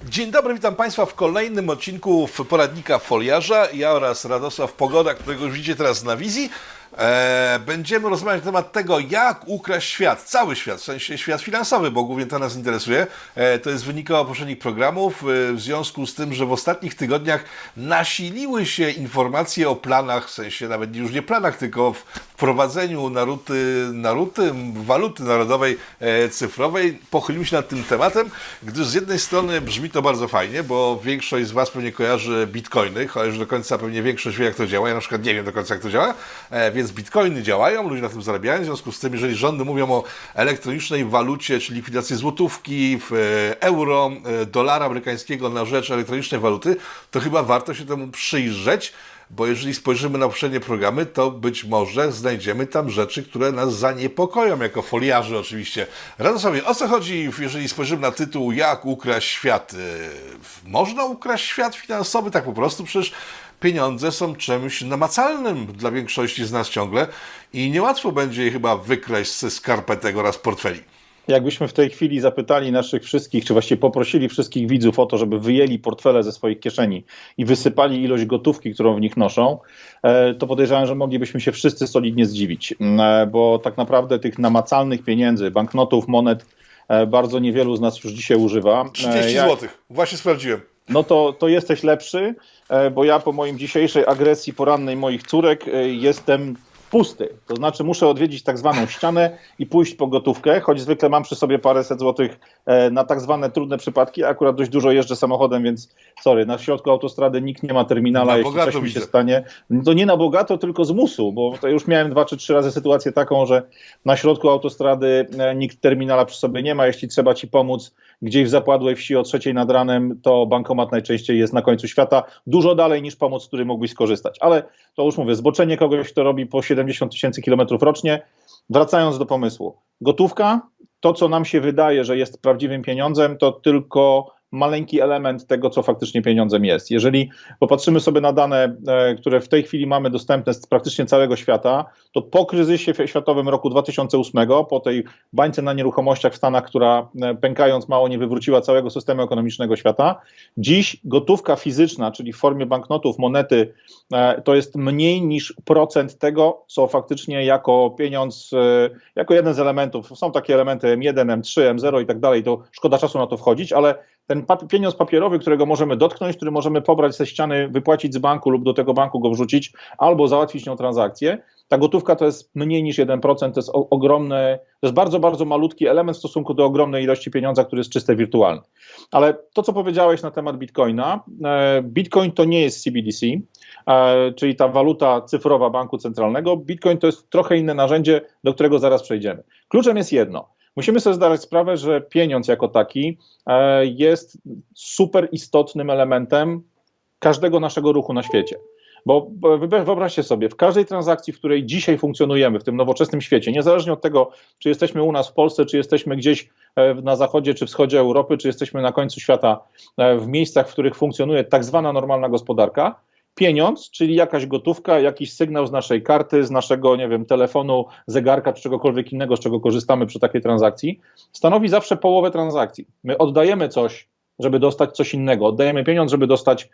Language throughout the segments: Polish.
Dzień dobry, witam Państwa w kolejnym odcinku poradnika Foliarza. Ja oraz Radosław Pogoda, którego już widzicie teraz na wizji. Będziemy rozmawiać na temat tego, jak ukraść świat, cały świat, w sensie świat finansowy, bo głównie to nas interesuje. To jest wynikało poprzednich programów, w związku z tym, że w ostatnich tygodniach nasiliły się informacje o planach, w sensie nawet już nie planach, tylko w wprowadzeniu waluty narodowej cyfrowej. Pochylimy się nad tym tematem, gdyż z jednej strony brzmi to bardzo fajnie, bo większość z Was pewnie kojarzy bitcoiny, chociaż do końca pewnie większość wie, jak to działa. Ja na przykład nie wiem do końca, jak to działa, więc bitcoiny działają, ludzie na tym zarabiają, w związku z tym, jeżeli rządy mówią o elektronicznej walucie, czyli likwidacji złotówki, euro, dolara amerykańskiego na rzecz elektronicznej waluty, to chyba warto się temu przyjrzeć, bo jeżeli spojrzymy na poprzednie programy, to być może znajdziemy tam rzeczy, które nas zaniepokoją, jako foliarzy oczywiście. Radosławie, o co chodzi, jeżeli spojrzymy na tytuł Jak ukraść świat? Można ukraść świat finansowy tak po prostu? Przecież pieniądze są czymś namacalnym dla większości z nas ciągle i niełatwo będzie je chyba wykraść ze skarpetek oraz portfeli. Jakbyśmy w tej chwili zapytali naszych wszystkich, czy właściwie poprosili wszystkich widzów o to, żeby wyjęli portfele ze swoich kieszeni i wysypali ilość gotówki, którą w nich noszą, to podejrzewam, że moglibyśmy się wszyscy solidnie zdziwić, bo tak naprawdę tych namacalnych pieniędzy, banknotów, monet bardzo niewielu z nas już dzisiaj używa. 30 zł, właśnie sprawdziłem. No to jesteś lepszy, bo ja po moim dzisiejszej agresji porannej moich córek jestem pusty. To znaczy muszę odwiedzić tak zwaną ścianę i pójść po gotówkę, choć zwykle mam przy sobie paręset złotych na tak zwane trudne przypadki. Akurat dość dużo jeżdżę samochodem, więc na środku autostrady nikt nie ma terminala, jeśli coś mi się stanie. To nie na bogato, tylko z musu, bo to już miałem 2 czy 3 razy sytuację taką, że na środku autostrady nikt terminala przy sobie nie ma. Jeśli trzeba ci pomóc gdzieś w zapadłej wsi o 3 nad ranem, to bankomat najczęściej jest na końcu świata, dużo dalej niż pomoc, z której mógłbyś skorzystać. Ale to już mówię, zboczenie kogoś, kto robi po 70 tysięcy kilometrów rocznie. Wracając do pomysłu. Gotówka, to co nam się wydaje, że jest prawdziwym pieniądzem, to tylko maleńki element tego, co faktycznie pieniądzem jest. Jeżeli popatrzymy sobie na dane, które w tej chwili mamy dostępne z praktycznie całego świata, to po kryzysie światowym roku 2008, po tej bańce na nieruchomościach w Stanach, która pękając mało nie wywróciła całego systemu ekonomicznego świata, dziś gotówka fizyczna, czyli w formie banknotów, monety, to jest mniej niż procent tego, co faktycznie jako pieniądz, jako jeden z elementów, są takie elementy M1, M3, M0 i tak dalej, to szkoda czasu na to wchodzić, ale ten pieniądz papierowy, którego możemy dotknąć, który możemy pobrać ze ściany, wypłacić z banku lub do tego banku go wrzucić albo załatwić nią transakcję, ta gotówka to jest mniej niż 1%, to jest ogromny, to jest bardzo, bardzo malutki element w stosunku do ogromnej ilości pieniądza, który jest czyste wirtualny. Ale to, co powiedziałeś na temat Bitcoina, Bitcoin to nie jest CBDC, czyli ta waluta cyfrowa banku centralnego. Bitcoin to jest trochę inne narzędzie, do którego zaraz przejdziemy. Kluczem jest jedno. Musimy sobie zdawać sprawę, że pieniądz jako taki jest super istotnym elementem każdego naszego ruchu na świecie. Bo wyobraźcie sobie, w każdej transakcji, w której dzisiaj funkcjonujemy, w tym nowoczesnym świecie, niezależnie od tego, czy jesteśmy u nas w Polsce, czy jesteśmy gdzieś na zachodzie, czy wschodzie Europy, czy jesteśmy na końcu świata, w miejscach, w których funkcjonuje tak zwana normalna gospodarka, pieniądz, czyli jakaś gotówka, jakiś sygnał z naszej karty, z naszego, nie wiem, telefonu, zegarka, czy czegokolwiek innego, z czego korzystamy przy takiej transakcji, stanowi zawsze połowę transakcji. My oddajemy coś, żeby dostać coś innego. Oddajemy pieniądz, żeby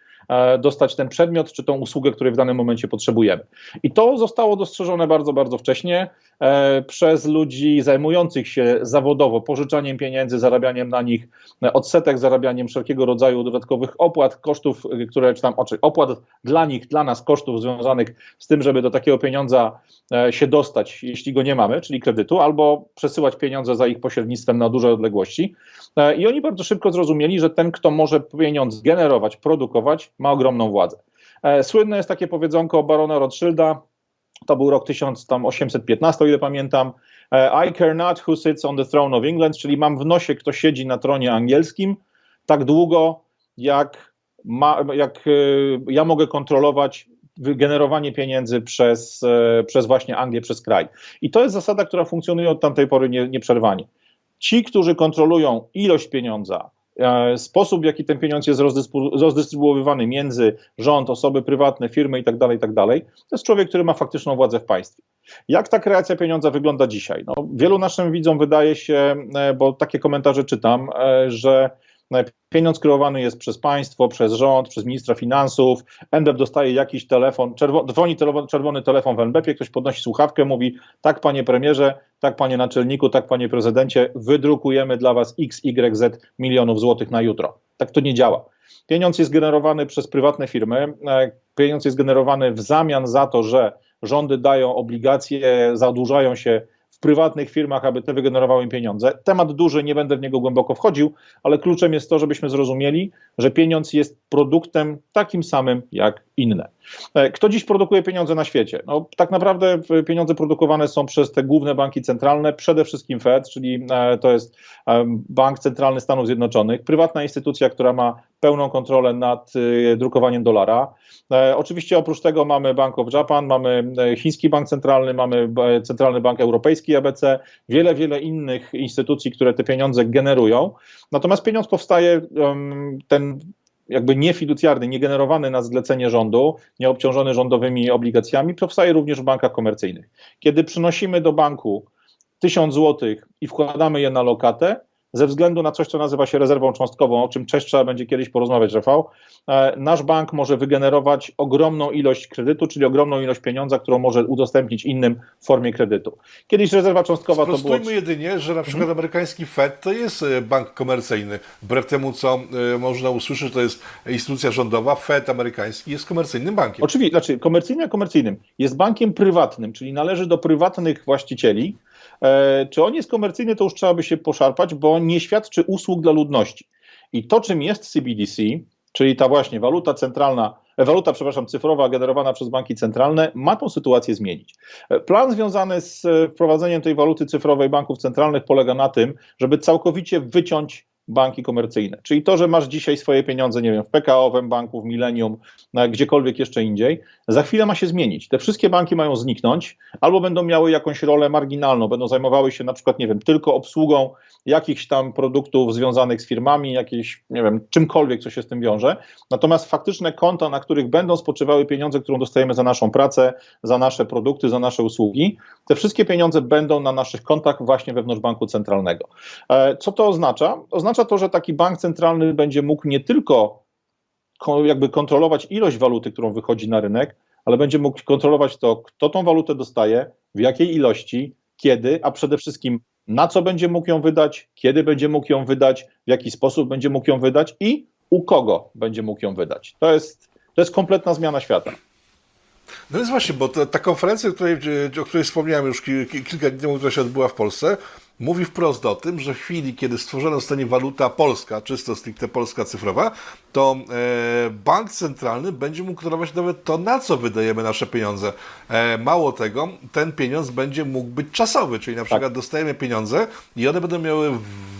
dostać ten przedmiot, czy tą usługę, której w danym momencie potrzebujemy. I to zostało dostrzeżone bardzo, bardzo wcześnie przez ludzi zajmujących się zawodowo pożyczaniem pieniędzy, zarabianiem na nich odsetek, zarabianiem wszelkiego rodzaju dodatkowych opłat, kosztów, opłat dla nich, dla nas, kosztów związanych z tym, żeby do takiego pieniądza się dostać, jeśli go nie mamy, czyli kredytu, albo przesyłać pieniądze za ich pośrednictwem na duże odległości. I oni bardzo szybko zrozumieli, że ten, kto może pieniądz generować, produkować, ma ogromną władzę. Słynne jest takie powiedzonko barona Rothschilda, to był rok 1815, o ile pamiętam. I care not who sits on the throne of England, czyli mam w nosie, kto siedzi na tronie angielskim, tak długo, jak ja mogę kontrolować generowanie pieniędzy przez właśnie Anglię, przez kraj. I to jest zasada, która funkcjonuje od tamtej pory nieprzerwanie. Ci, którzy kontrolują ilość pieniądza, sposób, w jaki ten pieniądz jest rozdystrybuowywany między rząd, osoby prywatne, firmy itd., to jest człowiek, który ma faktyczną władzę w państwie. Jak ta kreacja pieniądza wygląda dzisiaj? No, wielu naszym widzom wydaje się, bo takie komentarze czytam, że Pieniądz kreowany jest przez państwo, przez rząd, przez ministra finansów, NBP dostaje jakiś telefon, dzwoni czerwony telefon w NBP, ktoś podnosi słuchawkę, mówi: tak, panie premierze, tak, panie naczelniku, tak, panie prezydencie, wydrukujemy dla was XYZ milionów złotych na jutro. Tak to nie działa. Pieniądz jest generowany przez prywatne firmy, pieniądz jest generowany w zamian za to, że rządy dają obligacje, zadłużają się w prywatnych firmach, aby te wygenerowały im pieniądze. Temat duży, nie będę w niego głęboko wchodził, ale kluczem jest to, żebyśmy zrozumieli, że pieniądz jest produktem takim samym jak inne. Kto dziś produkuje pieniądze na świecie? No, tak naprawdę pieniądze produkowane są przez te główne banki centralne, przede wszystkim Fed, czyli to jest Bank Centralny Stanów Zjednoczonych, prywatna instytucja, która ma pełną kontrolę nad drukowaniem dolara. Oczywiście oprócz tego mamy Bank of Japan, mamy chiński bank centralny, mamy Centralny Bank Europejski EBC, wiele innych instytucji, które te pieniądze generują. Natomiast pieniądz powstaje, ten jakby niefiducjarny, nie generowany na zlecenie rządu, nie obciążony rządowymi obligacjami, powstaje również w bankach komercyjnych. Kiedy przynosimy do banku 1000 zł i wkładamy je na lokatę, ze względu na coś, co nazywa się rezerwą cząstkową, o czym też trzeba będzie kiedyś porozmawiać, Rafał, nasz bank może wygenerować ogromną ilość kredytu, czyli ogromną ilość pieniądza, którą może udostępnić innym w formie kredytu. Kiedyś rezerwa cząstkowa to było... Sprostujmy jedynie, że na przykład amerykański Fed to jest bank komercyjny. Wbrew temu, co można usłyszeć, to jest instytucja rządowa. Fed amerykański jest komercyjnym bankiem. Oczywiście, znaczy komercyjnym. Jest bankiem prywatnym, czyli należy do prywatnych właścicieli. Czy on jest komercyjny, to już trzeba by się poszarpać, bo nie świadczy usług dla ludności. I to, czym jest CBDC, czyli ta właśnie waluta cyfrowa generowana przez banki centralne, ma tą sytuację zmienić. Plan związany z wprowadzeniem tej waluty cyfrowej banków centralnych polega na tym, żeby całkowicie wyciąć banki komercyjne. Czyli to, że masz dzisiaj swoje pieniądze, nie wiem, w PKO, w banku, w Millennium, gdziekolwiek jeszcze indziej, za chwilę ma się zmienić. Te wszystkie banki mają zniknąć, albo będą miały jakąś rolę marginalną, będą zajmowały się na przykład, nie wiem, tylko obsługą jakichś tam produktów związanych z firmami, jakieś, nie wiem, czymkolwiek, co się z tym wiąże. Natomiast faktyczne konta, na których będą spoczywały pieniądze, którą dostajemy za naszą pracę, za nasze produkty, za nasze usługi, te wszystkie pieniądze będą na naszych kontach właśnie wewnątrz banku centralnego. Co to oznacza? Oznacza to, że taki bank centralny będzie mógł nie tylko jakby kontrolować ilość waluty, którą wychodzi na rynek, ale będzie mógł kontrolować to, kto tą walutę dostaje, w jakiej ilości, kiedy, a przede wszystkim na co będzie mógł ją wydać, kiedy będzie mógł ją wydać, w jaki sposób będzie mógł ją wydać i u kogo będzie mógł ją wydać. To jest kompletna zmiana świata. No więc właśnie, bo ta konferencja, o której wspomniałem już kilka dni temu, która się odbyła w Polsce, mówi wprost o tym, że w chwili, kiedy stworzona zostanie waluta polska, czysto stricte polska cyfrowa, to bank centralny będzie mógł kontrolować nawet to, na co wydajemy nasze pieniądze. Mało tego, ten pieniądz będzie mógł być czasowy, czyli na przykład dostajemy pieniądze i one będą miały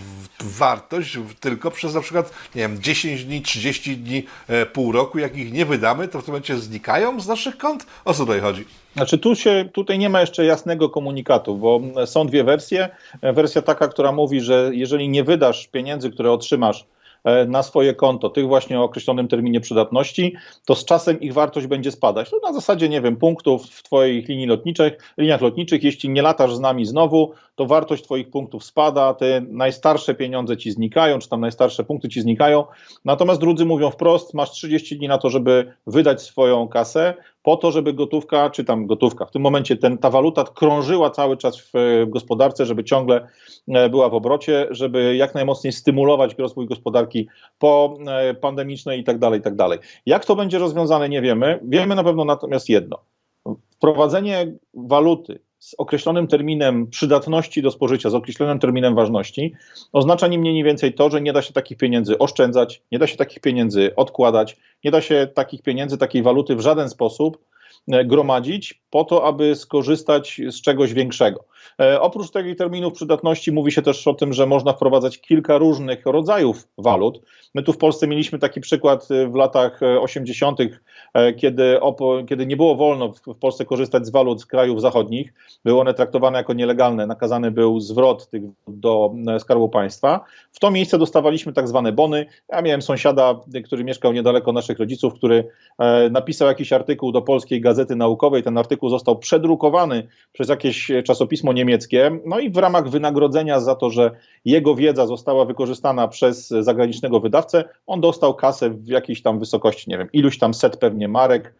wartość tylko przez na przykład, nie wiem, 10 dni, 30 dni, pół roku. Jak ich nie wydamy, to w tym momencie znikają z naszych kont? O co tutaj chodzi? Znaczy tutaj nie ma jeszcze jasnego komunikatu, bo są dwie wersje. Wersja taka, która mówi, że jeżeli nie wydasz pieniędzy, które otrzymasz na swoje konto, tych właśnie o określonym terminie przydatności, to z czasem ich wartość będzie spadać. To na zasadzie, nie wiem, punktów w twoich liniach lotniczych, jeśli nie latasz z nami znowu, to wartość twoich punktów spada, te najstarsze pieniądze ci znikają, czy tam najstarsze punkty ci znikają. Natomiast drudzy mówią wprost, masz 30 dni na to, żeby wydać swoją kasę, po to, żeby gotówka, w tym momencie ta waluta krążyła cały czas w gospodarce, żeby ciągle była w obrocie, żeby jak najmocniej stymulować rozwój gospodarki pandemicznej i tak dalej. Jak to będzie rozwiązane, nie wiemy. Wiemy na pewno natomiast jedno. Wprowadzenie waluty z określonym terminem przydatności do spożycia, z określonym terminem ważności, oznacza ni mniej, ni więcej to, że nie da się takich pieniędzy oszczędzać, nie da się takich pieniędzy odkładać, nie da się takich pieniędzy, takiej waluty w żaden sposób gromadzić po to, aby skorzystać z czegoś większego. Oprócz takich terminów przydatności mówi się też o tym, że można wprowadzać kilka różnych rodzajów walut. My tu w Polsce mieliśmy taki przykład w latach 80., kiedy nie było wolno w Polsce korzystać z walut z krajów zachodnich, były one traktowane jako nielegalne, nakazany był zwrot tych do Skarbu Państwa. W to miejsce dostawaliśmy tak zwane bony. Ja miałem sąsiada, który mieszkał niedaleko naszych rodziców, który napisał jakiś artykuł do Polskiej Gazety Naukowej. Ten artykuł został przedrukowany przez jakieś czasopismo pismo niemieckie, no i w ramach wynagrodzenia za to, że jego wiedza została wykorzystana przez zagranicznego wydawcę, on dostał kasę w jakiejś tam wysokości, nie wiem, iluś tam set pewnie marek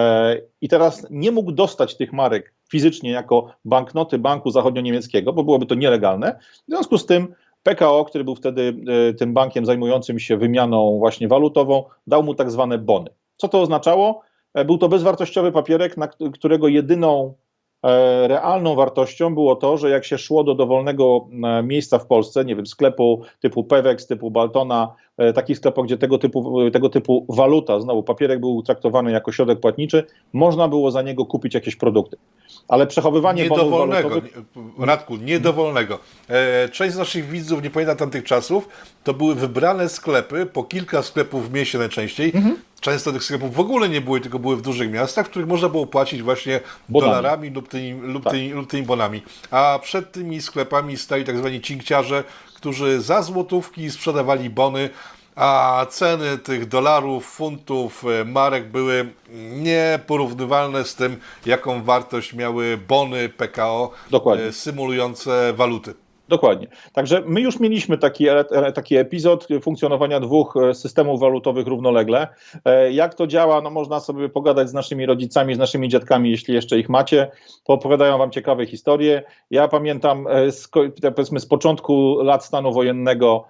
i teraz nie mógł dostać tych marek fizycznie jako banknoty banku zachodnio-niemieckiego, bo byłoby to nielegalne. W związku z tym PKO, który był wtedy tym bankiem zajmującym się wymianą właśnie walutową, dał mu tak zwane bony. Co to oznaczało? Był to bezwartościowy papierek, którego jedyną realną wartością było to, że jak się szło do dowolnego miejsca w Polsce, nie wiem, sklepu typu Pewex, typu Baltona, takich sklepów, gdzie tego typu waluta, znowu papierek był traktowany jako środek płatniczy, można było za niego kupić jakieś produkty. Ale przechowywanie bonów walutowych... Radku, niedowolnego. Część z naszych widzów nie pamięta tamtych czasów, to były wybrane sklepy, po kilka sklepów w mieście najczęściej. Często tych sklepów w ogóle nie było, tylko były w dużych miastach, w których można było płacić właśnie dolarami lub tymi bonami. A przed tymi sklepami stali tak zwani cinkciarze, którzy za złotówki sprzedawali bony, a ceny tych dolarów, funtów, marek były nieporównywalne z tym, jaką wartość miały bony PKO symulujące waluty. Dokładnie. Także my już mieliśmy taki epizod funkcjonowania dwóch systemów walutowych równolegle. Jak to działa, no można sobie pogadać z naszymi rodzicami, z naszymi dziadkami, jeśli jeszcze ich macie, to opowiadają wam ciekawe historie. Ja pamiętam powiedzmy z początku lat stanu wojennego,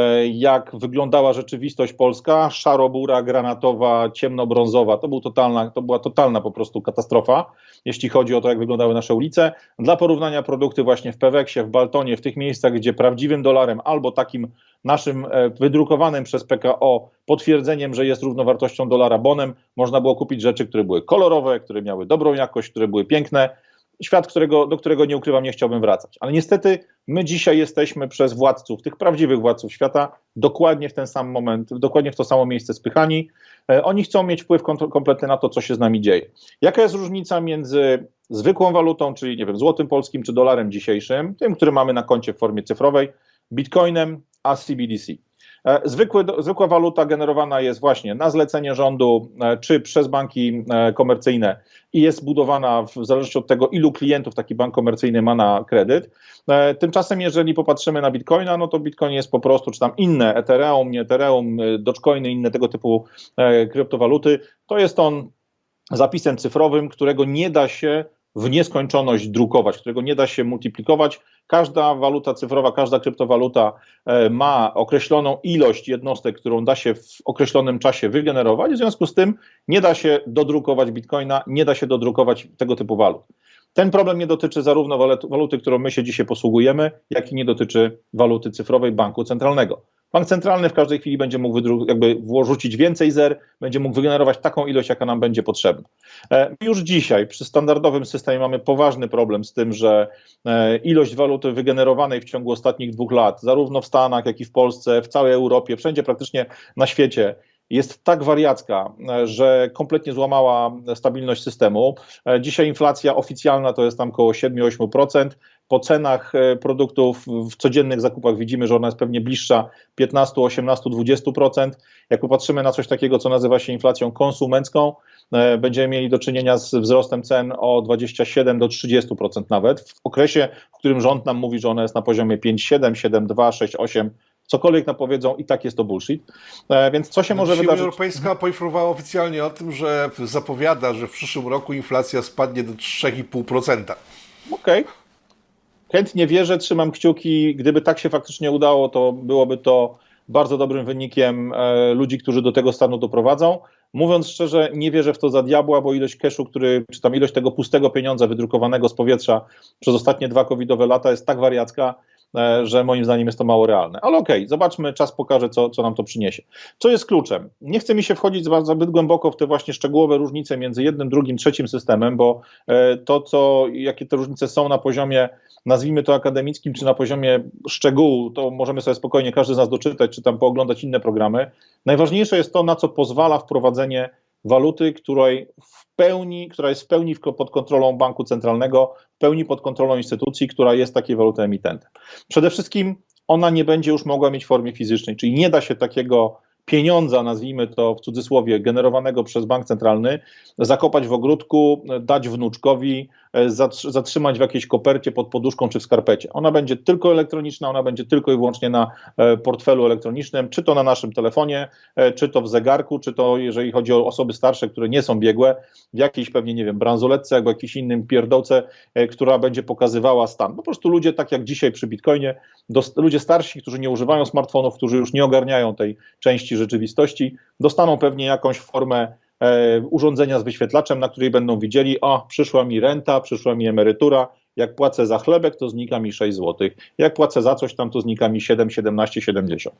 jak wyglądała rzeczywistość polska, szaro-bura, granatowa, ciemnobrązowa. To była totalna po prostu katastrofa, jeśli chodzi o to, jak wyglądały nasze ulice. Dla porównania produkty właśnie w Peweksie, w Baltonie, w tych miejscach, gdzie prawdziwym dolarem albo takim naszym wydrukowanym przez PKO potwierdzeniem, że jest równowartością dolara bonem, można było kupić rzeczy, które były kolorowe, które miały dobrą jakość, które były piękne. Świat, do którego nie ukrywam, nie chciałbym wracać. Ale niestety my dzisiaj jesteśmy przez władców, tych prawdziwych władców świata, dokładnie w ten sam moment, dokładnie w to samo miejsce spychani. Oni chcą mieć wpływ kompletny na to, co się z nami dzieje. Jaka jest różnica między zwykłą walutą, czyli nie wiem, złotym polskim czy dolarem dzisiejszym, tym, który mamy na koncie w formie cyfrowej, bitcoinem, a CBDC? Zwykła waluta generowana jest właśnie na zlecenie rządu czy przez banki komercyjne i jest budowana w zależności od tego, ilu klientów taki bank komercyjny ma na kredyt. Tymczasem jeżeli popatrzymy na Bitcoina, no to Bitcoin jest po prostu, czy tam inne Ethereum, nie Ethereum, Dogecoiny, inne tego typu kryptowaluty, to jest on zapisem cyfrowym, którego nie da się w nieskończoność drukować, którego nie da się multiplikować. Każda waluta cyfrowa, każda kryptowaluta ma określoną ilość jednostek, którą da się w określonym czasie wygenerować, w związku z tym nie da się dodrukować bitcoina, nie da się dodrukować tego typu walut. Ten problem nie dotyczy zarówno waluty, którą my się dzisiaj posługujemy, jak i nie dotyczy waluty cyfrowej banku centralnego. Bank centralny w każdej chwili będzie mógł wrzucić więcej zer, będzie mógł wygenerować taką ilość, jaka nam będzie potrzebna. Już dzisiaj przy standardowym systemie mamy poważny problem z tym, że ilość waluty wygenerowanej w ciągu ostatnich 2 lat, zarówno w Stanach, jak i w Polsce, w całej Europie, wszędzie praktycznie na świecie, jest tak wariacka, że kompletnie złamała stabilność systemu. Dzisiaj inflacja oficjalna to jest tam około 7-8%. Po cenach produktów w codziennych zakupach widzimy, że ona jest pewnie bliższa 15, 18, 20%. Jak popatrzymy na coś takiego, co nazywa się inflacją konsumencką, będziemy mieli do czynienia z wzrostem cen o 27 do 30% nawet. W okresie, w którym rząd nam mówi, że ona jest na poziomie 5,7, 7,2, 6,8, cokolwiek nam powiedzą, i tak jest to bullshit. Więc co się może wydarzyć? Unia Europejska poinformowała oficjalnie o tym, że zapowiada, że w przyszłym roku inflacja spadnie do 3,5%. Okej. Chętnie wierzę, trzymam kciuki. Gdyby tak się faktycznie udało, to byłoby to bardzo dobrym wynikiem ludzi, którzy do tego stanu doprowadzą. Mówiąc szczerze, nie wierzę w to za diabła, bo ilość cashu, czy tam ilość tego pustego pieniądza wydrukowanego z powietrza przez ostatnie 2 covidowe lata jest tak wariacka, że moim zdaniem jest to mało realne. Ale okej, zobaczmy, czas pokaże, co nam to przyniesie. Co jest kluczem? Nie chce mi się wchodzić zbyt głęboko w te właśnie szczegółowe różnice między jednym, drugim, trzecim systemem, bo jakie te różnice są na poziomie, nazwijmy to akademickim, czy na poziomie szczegółu, to możemy sobie spokojnie każdy z nas doczytać, czy tam pooglądać inne programy. Najważniejsze jest to, na co pozwala wprowadzenie waluty, która jest w pełni pod kontrolą banku centralnego, w pełni pod kontrolą instytucji, która jest takiej waluty emitentem. Przede wszystkim ona nie będzie już mogła mieć formy fizycznej, czyli nie da się takiego pieniądza, nazwijmy to w cudzysłowie, generowanego przez bank centralny, zakopać w ogródku, dać wnuczkowi, zatrzymać w jakiejś kopercie pod poduszką czy w skarpecie. Ona będzie tylko elektroniczna, ona będzie tylko i wyłącznie na portfelu elektronicznym, czy to na naszym telefonie, czy to w zegarku, czy to jeżeli chodzi o osoby starsze, które nie są biegłe, w jakiejś pewnie, nie wiem, bransoletce albo jakimś innym pierdołce, która będzie pokazywała stan. Po prostu ludzie, tak jak dzisiaj przy Bitcoinie, ludzie starsi, którzy nie używają smartfonów, którzy już nie ogarniają tej części rzeczywistości, dostaną pewnie jakąś formę urządzenia z wyświetlaczem, na której będą widzieli, o, przyszła mi renta, przyszła mi emerytura, jak płacę za chlebek, to znika mi 6 zł, jak płacę za coś tam, to znika mi 7, 17, 70.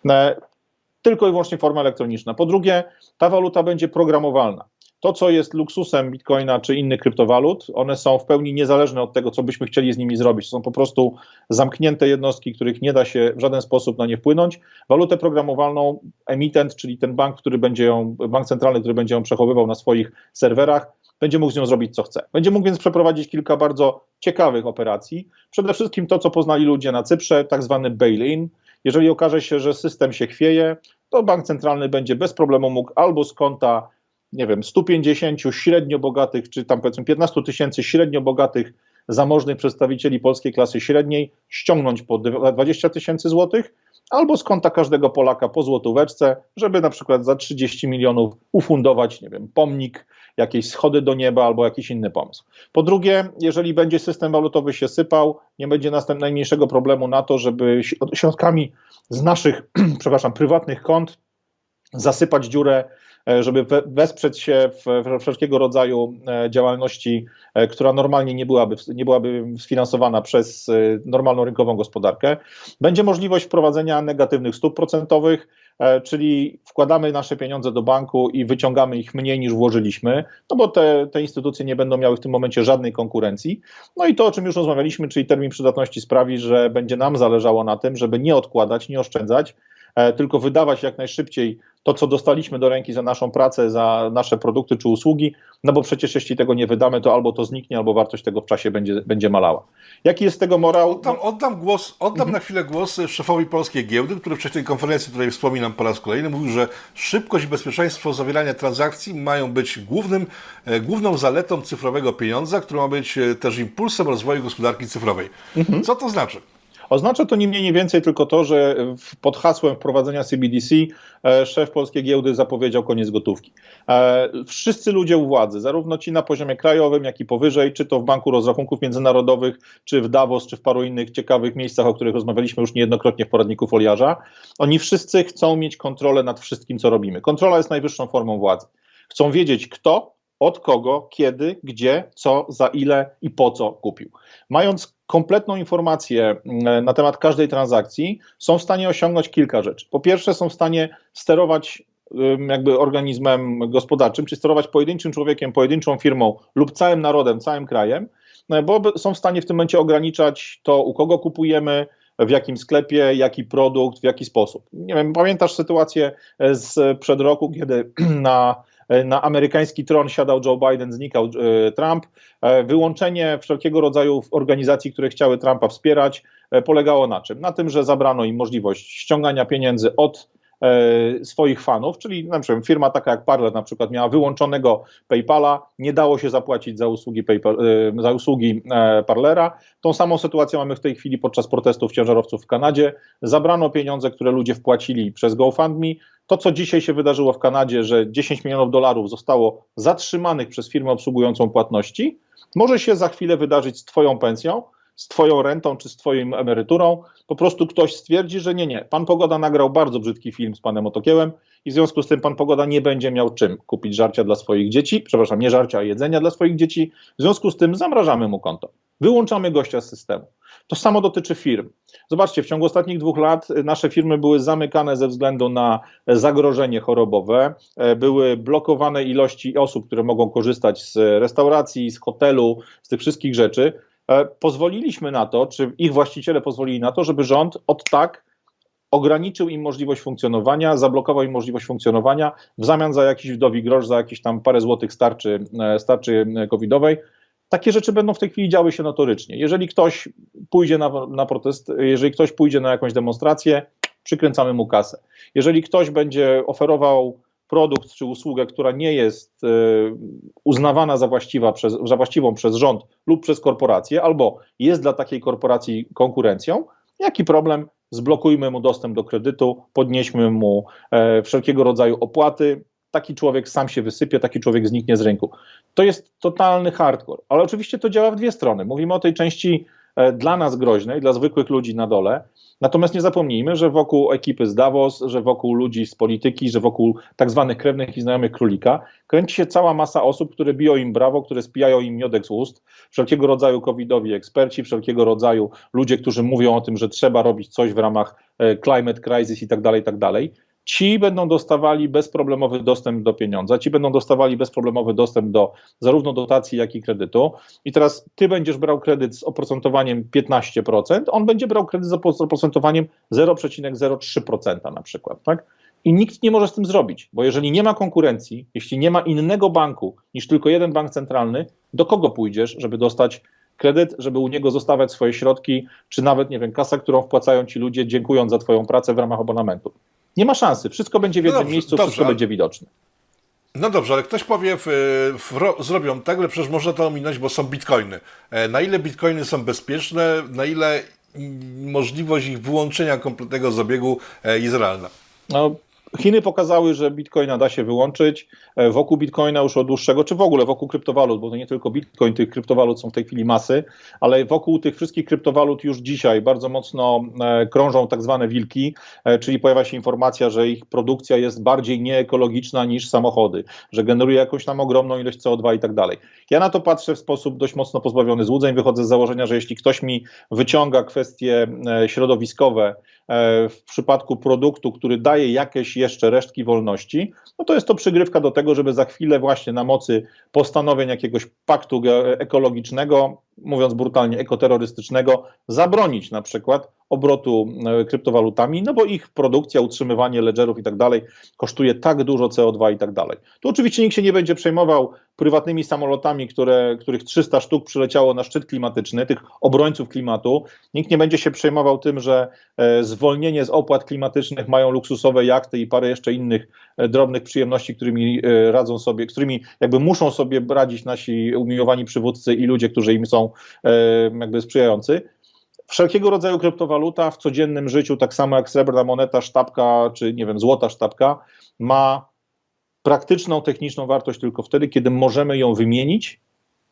Tylko i wyłącznie forma elektroniczna. Po drugie, ta waluta będzie programowalna. To, co jest luksusem Bitcoina czy innych kryptowalut, one są w pełni niezależne od tego, co byśmy chcieli z nimi zrobić. To są po prostu zamknięte jednostki, których nie da się w żaden sposób na nie wpłynąć. Walutę programowalną emitent, czyli ten bank, bank centralny, który będzie ją przechowywał na swoich serwerach, będzie mógł z nią zrobić, co chce. Będzie mógł więc przeprowadzić kilka bardzo ciekawych operacji. Przede wszystkim to, co poznali ludzie na Cyprze, tak zwany bail-in. Jeżeli okaże się, że system się chwieje, to bank centralny będzie bez problemu mógł albo z konta, nie wiem, 150 średnio bogatych, czy tam powiedzmy 15 tysięcy średnio bogatych, zamożnych przedstawicieli polskiej klasy średniej ściągnąć po 20 tysięcy złotych, albo z konta każdego Polaka po złotóweczce, żeby na przykład za 30 milionów ufundować, nie wiem, pomnik, jakieś schody do nieba albo jakiś inny pomysł. Po drugie, jeżeli będzie system walutowy się sypał, nie będzie najmniejszego problemu na to, żeby środkami z naszych, przepraszam, prywatnych kont zasypać dziurę, żeby wesprzeć się w wszelkiego rodzaju działalności, która normalnie nie byłaby sfinansowana przez normalną rynkową gospodarkę. Będzie możliwość wprowadzenia negatywnych stóp procentowych, czyli wkładamy nasze pieniądze do banku i wyciągamy ich mniej niż włożyliśmy, no bo te instytucje nie będą miały w tym momencie żadnej konkurencji. No i to, o czym już rozmawialiśmy, czyli termin przydatności sprawi, że będzie nam zależało na tym, żeby nie odkładać, nie oszczędzać, tylko wydawać jak najszybciej to, co dostaliśmy do ręki za naszą pracę, za nasze produkty czy usługi, no bo przecież jeśli tego nie wydamy, to albo to zniknie, albo wartość tego w czasie będzie malała. Jaki jest z tego morał? Oddam na chwilę głos szefowi Polskiej Giełdy, który w tej konferencji, której wspominam po raz kolejny, mówił, że szybkość i bezpieczeństwo zawierania transakcji mają być główną zaletą cyfrowego pieniądza, który ma być też impulsem rozwoju gospodarki cyfrowej. Co to znaczy? Oznacza to nie mniej, nie więcej tylko to, że pod hasłem wprowadzenia CBDC szef Polskiej Giełdy zapowiedział koniec gotówki. Wszyscy ludzie u władzy, zarówno ci na poziomie krajowym, jak i powyżej, czy to w Banku Rozrachunków Międzynarodowych, czy w Davos, czy w paru innych ciekawych miejscach, o których rozmawialiśmy już niejednokrotnie w poradniku Foliarza, oni wszyscy chcą mieć kontrolę nad wszystkim, co robimy. Kontrola jest najwyższą formą władzy. Chcą wiedzieć kto, od kogo, kiedy, gdzie, co, za ile i po co kupił. Mając kompletną informację na temat każdej transakcji, są w stanie osiągnąć kilka rzeczy. Po pierwsze, są w stanie sterować jakby organizmem gospodarczym, czy sterować pojedynczym człowiekiem, pojedynczą firmą lub całym narodem, całym krajem, bo są w stanie w tym momencie ograniczać to, u kogo kupujemy, w jakim sklepie, jaki produkt, w jaki sposób. Nie wiem, pamiętasz sytuację sprzed roku, kiedy na amerykański tron siadał Joe Biden, znikał Trump. Wyłączenie wszelkiego rodzaju organizacji, które chciały Trumpa wspierać, polegało na czym? Na tym, że zabrano im możliwość ściągania pieniędzy od swoich fanów, czyli na przykład firma taka jak Parler na przykład miała wyłączonego PayPala, nie dało się zapłacić za usługi Parlera. Tą samą sytuację mamy w tej chwili podczas protestów ciężarowców w Kanadzie. Zabrano pieniądze, które ludzie wpłacili przez GoFundMe. To, co dzisiaj się wydarzyło w Kanadzie, że 10 milionów dolarów zostało zatrzymanych przez firmę obsługującą płatności, może się za chwilę wydarzyć z twoją pensją, z twoją rentą czy z twoją emeryturą. Po prostu ktoś stwierdzi, że nie. Pan Pogoda nagrał bardzo brzydki film z panem Otokiełem i w związku z tym pan Pogoda nie będzie miał czym kupić żarcia dla swoich dzieci, przepraszam, nie żarcia, a jedzenia dla swoich dzieci. W związku z tym zamrażamy mu konto. Wyłączamy gościa z systemu. To samo dotyczy firm. Zobaczcie, w ciągu ostatnich 2 lat nasze firmy były zamykane ze względu na zagrożenie chorobowe, były blokowane ilości osób, które mogą korzystać z restauracji, z hotelu, z tych wszystkich rzeczy. Pozwoliliśmy na to, czy ich właściciele pozwolili na to, żeby rząd od tak ograniczył im możliwość funkcjonowania, zablokował im możliwość funkcjonowania w zamian za jakiś wdowi grosz, za jakieś tam parę złotych starczy covidowej. Takie rzeczy będą w tej chwili działy się notorycznie. Jeżeli ktoś pójdzie na protest, jeżeli ktoś pójdzie na jakąś demonstrację, przykręcamy mu kasę. Jeżeli ktoś będzie oferował produkt czy usługę, która nie jest uznawana za właściwą przez rząd lub przez korporację, albo jest dla takiej korporacji konkurencją, jaki problem? Zblokujmy mu dostęp do kredytu, podnieśmy mu wszelkiego rodzaju opłaty, taki człowiek sam się wysypie, taki człowiek zniknie z rynku. To jest totalny hardcore, ale oczywiście to działa w dwie strony. Mówimy o tej części dla nas groźnej, dla zwykłych ludzi na dole, natomiast nie zapomnijmy, że wokół ekipy z Davos, że wokół ludzi z polityki, że wokół tak zwanych krewnych i znajomych królika kręci się cała masa osób, które biją im brawo, które spijają im miodek z ust, wszelkiego rodzaju covidowi eksperci, wszelkiego rodzaju ludzie, którzy mówią o tym, że trzeba robić coś w ramach climate crisis i tak dalej, i tak dalej. Ci będą dostawali bezproblemowy dostęp do pieniądza, ci będą dostawali bezproblemowy dostęp do zarówno dotacji, jak i kredytu. I teraz ty będziesz brał kredyt z oprocentowaniem 15%, on będzie brał kredyt z oprocentowaniem 0,03% na przykład, tak? I nikt nie może z tym zrobić, bo jeżeli nie ma konkurencji, jeśli nie ma innego banku niż tylko jeden bank centralny, do kogo pójdziesz, żeby dostać kredyt, żeby u niego zostawiać swoje środki, czy nawet, nie wiem, kasa, którą wpłacają ci ludzie, dziękując za twoją pracę w ramach abonamentu. Nie ma szansy, wszystko będzie w jednym miejscu, wszystko będzie widoczne. No dobrze, ale ktoś powie, zrobią tak, ale przecież można to ominąć, bo są bitcoiny. Na ile bitcoiny są bezpieczne, na ile możliwość ich wyłączenia kompletnego z obiegu jest realna? No, Chiny pokazały, że bitcoina da się wyłączyć. Wokół bitcoina już od dłuższego, czy w ogóle wokół kryptowalut, bo to nie tylko bitcoin, tych kryptowalut są w tej chwili masy, ale wokół tych wszystkich kryptowalut już dzisiaj bardzo mocno krążą tak zwane wilki, czyli pojawia się informacja, że ich produkcja jest bardziej nieekologiczna niż samochody, że generuje jakąś tam ogromną ilość CO2 i tak dalej. Ja na to patrzę w sposób dość mocno pozbawiony złudzeń, wychodzę z założenia, że jeśli ktoś mi wyciąga kwestie środowiskowe w przypadku produktu, który daje jakieś jeszcze resztki wolności, no to jest to przygrywka do tego, żeby za chwilę właśnie na mocy postanowień jakiegoś paktu ekologicznego, mówiąc brutalnie ekoterrorystycznego, zabronić na przykład obrotu kryptowalutami, no bo ich produkcja, utrzymywanie ledgerów i tak dalej kosztuje tak dużo CO2 i tak dalej. Tu oczywiście nikt się nie będzie przejmował prywatnymi samolotami, których 300 sztuk przyleciało na szczyt klimatyczny, tych obrońców klimatu. Nikt nie będzie się przejmował tym, że zwolnienie z opłat klimatycznych mają luksusowe jachty i parę jeszcze innych drobnych przyjemności, którymi radzą sobie, z którymi jakby muszą sobie radzić nasi umiłowani przywódcy i ludzie, którzy im są jakby sprzyjający. Wszelkiego rodzaju kryptowaluta w codziennym życiu, tak samo jak srebrna moneta, sztabka, czy nie wiem, złota sztabka, ma praktyczną, techniczną wartość tylko wtedy, kiedy możemy ją wymienić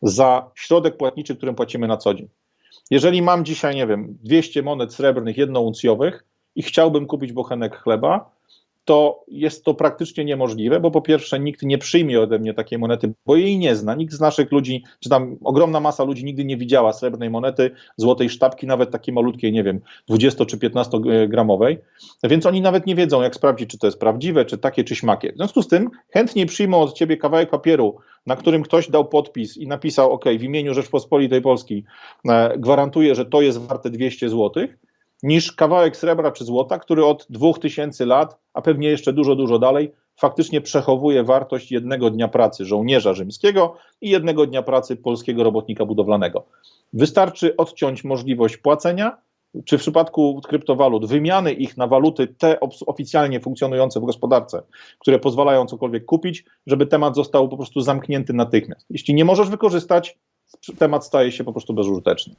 za środek płatniczy, którym płacimy na co dzień. Jeżeli mam dzisiaj, nie wiem, 200 monet srebrnych jednouncjowych i chciałbym kupić bochenek chleba, to jest to praktycznie niemożliwe, bo po pierwsze nikt nie przyjmie ode mnie takiej monety, bo jej nie zna. Nikt z naszych ludzi, czy tam ogromna masa ludzi nigdy nie widziała srebrnej monety, złotej sztabki, nawet takiej malutkiej, nie wiem, 20 czy 15 gramowej, więc oni nawet nie wiedzą, jak sprawdzić, czy to jest prawdziwe, czy takie, czy śmakie. W związku z tym chętniej przyjmą od ciebie kawałek papieru, na którym ktoś dał podpis i napisał, OK, w imieniu Rzeczpospolitej Polskiej gwarantuję, że to jest warte 200 złotych, niż kawałek srebra czy złota, który od 2000 lat, a pewnie jeszcze dużo, dużo dalej, faktycznie przechowuje wartość jednego dnia pracy żołnierza rzymskiego i jednego dnia pracy polskiego robotnika budowlanego. Wystarczy odciąć możliwość płacenia, czy w przypadku kryptowalut wymiany ich na waluty te oficjalnie funkcjonujące w gospodarce, które pozwalają cokolwiek kupić, żeby temat został po prostu zamknięty natychmiast. Jeśli nie możesz wykorzystać, temat staje się po prostu bezużyteczny.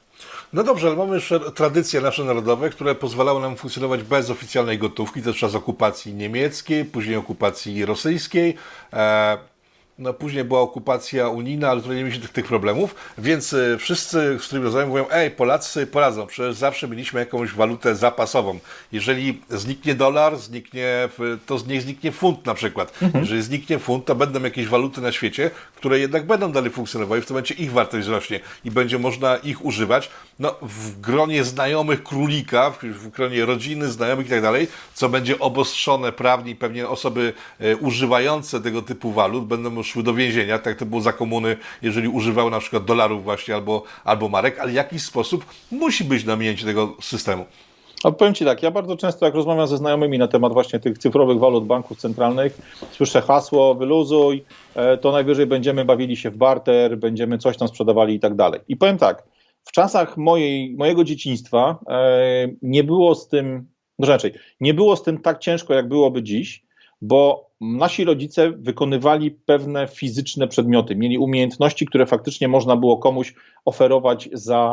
No dobrze, ale mamy jeszcze tradycje nasze narodowe, które pozwalały nam funkcjonować bez oficjalnej gotówki, też czas okupacji niemieckiej, później okupacji rosyjskiej, no później była okupacja unijna, ale tutaj nie mieliśmy tych problemów, więc wszyscy, z którymi rozmawiam, mówią, Polacy sobie poradzą, przecież zawsze mieliśmy jakąś walutę zapasową. Jeżeli zniknie dolar, to niech zniknie funt na przykład. Jeżeli zniknie funt, to będą jakieś waluty na świecie, które jednak będą dalej funkcjonowały i w tym momencie ich wartość wzrośnie i będzie można ich używać. No, w gronie znajomych królika, w gronie rodziny, znajomych i tak dalej, co będzie obostrzone prawnie, pewnie osoby używające tego typu walut będą szły do więzienia, tak to było za komuny, jeżeli używały na przykład dolarów właśnie albo marek, ale w jakiś sposób musi być naminięcie tego systemu. A powiem Ci tak, ja bardzo często jak rozmawiam ze znajomymi na temat właśnie tych cyfrowych walut banków centralnych, słyszę hasło wyluzuj, to najwyżej będziemy bawili się w barter, będziemy coś tam sprzedawali i tak dalej. I powiem tak, w czasach mojego dzieciństwa nie było z tym, raczej nie było z tym tak ciężko, jak byłoby dziś, bo nasi rodzice wykonywali pewne fizyczne przedmioty, mieli umiejętności, które faktycznie można było komuś oferować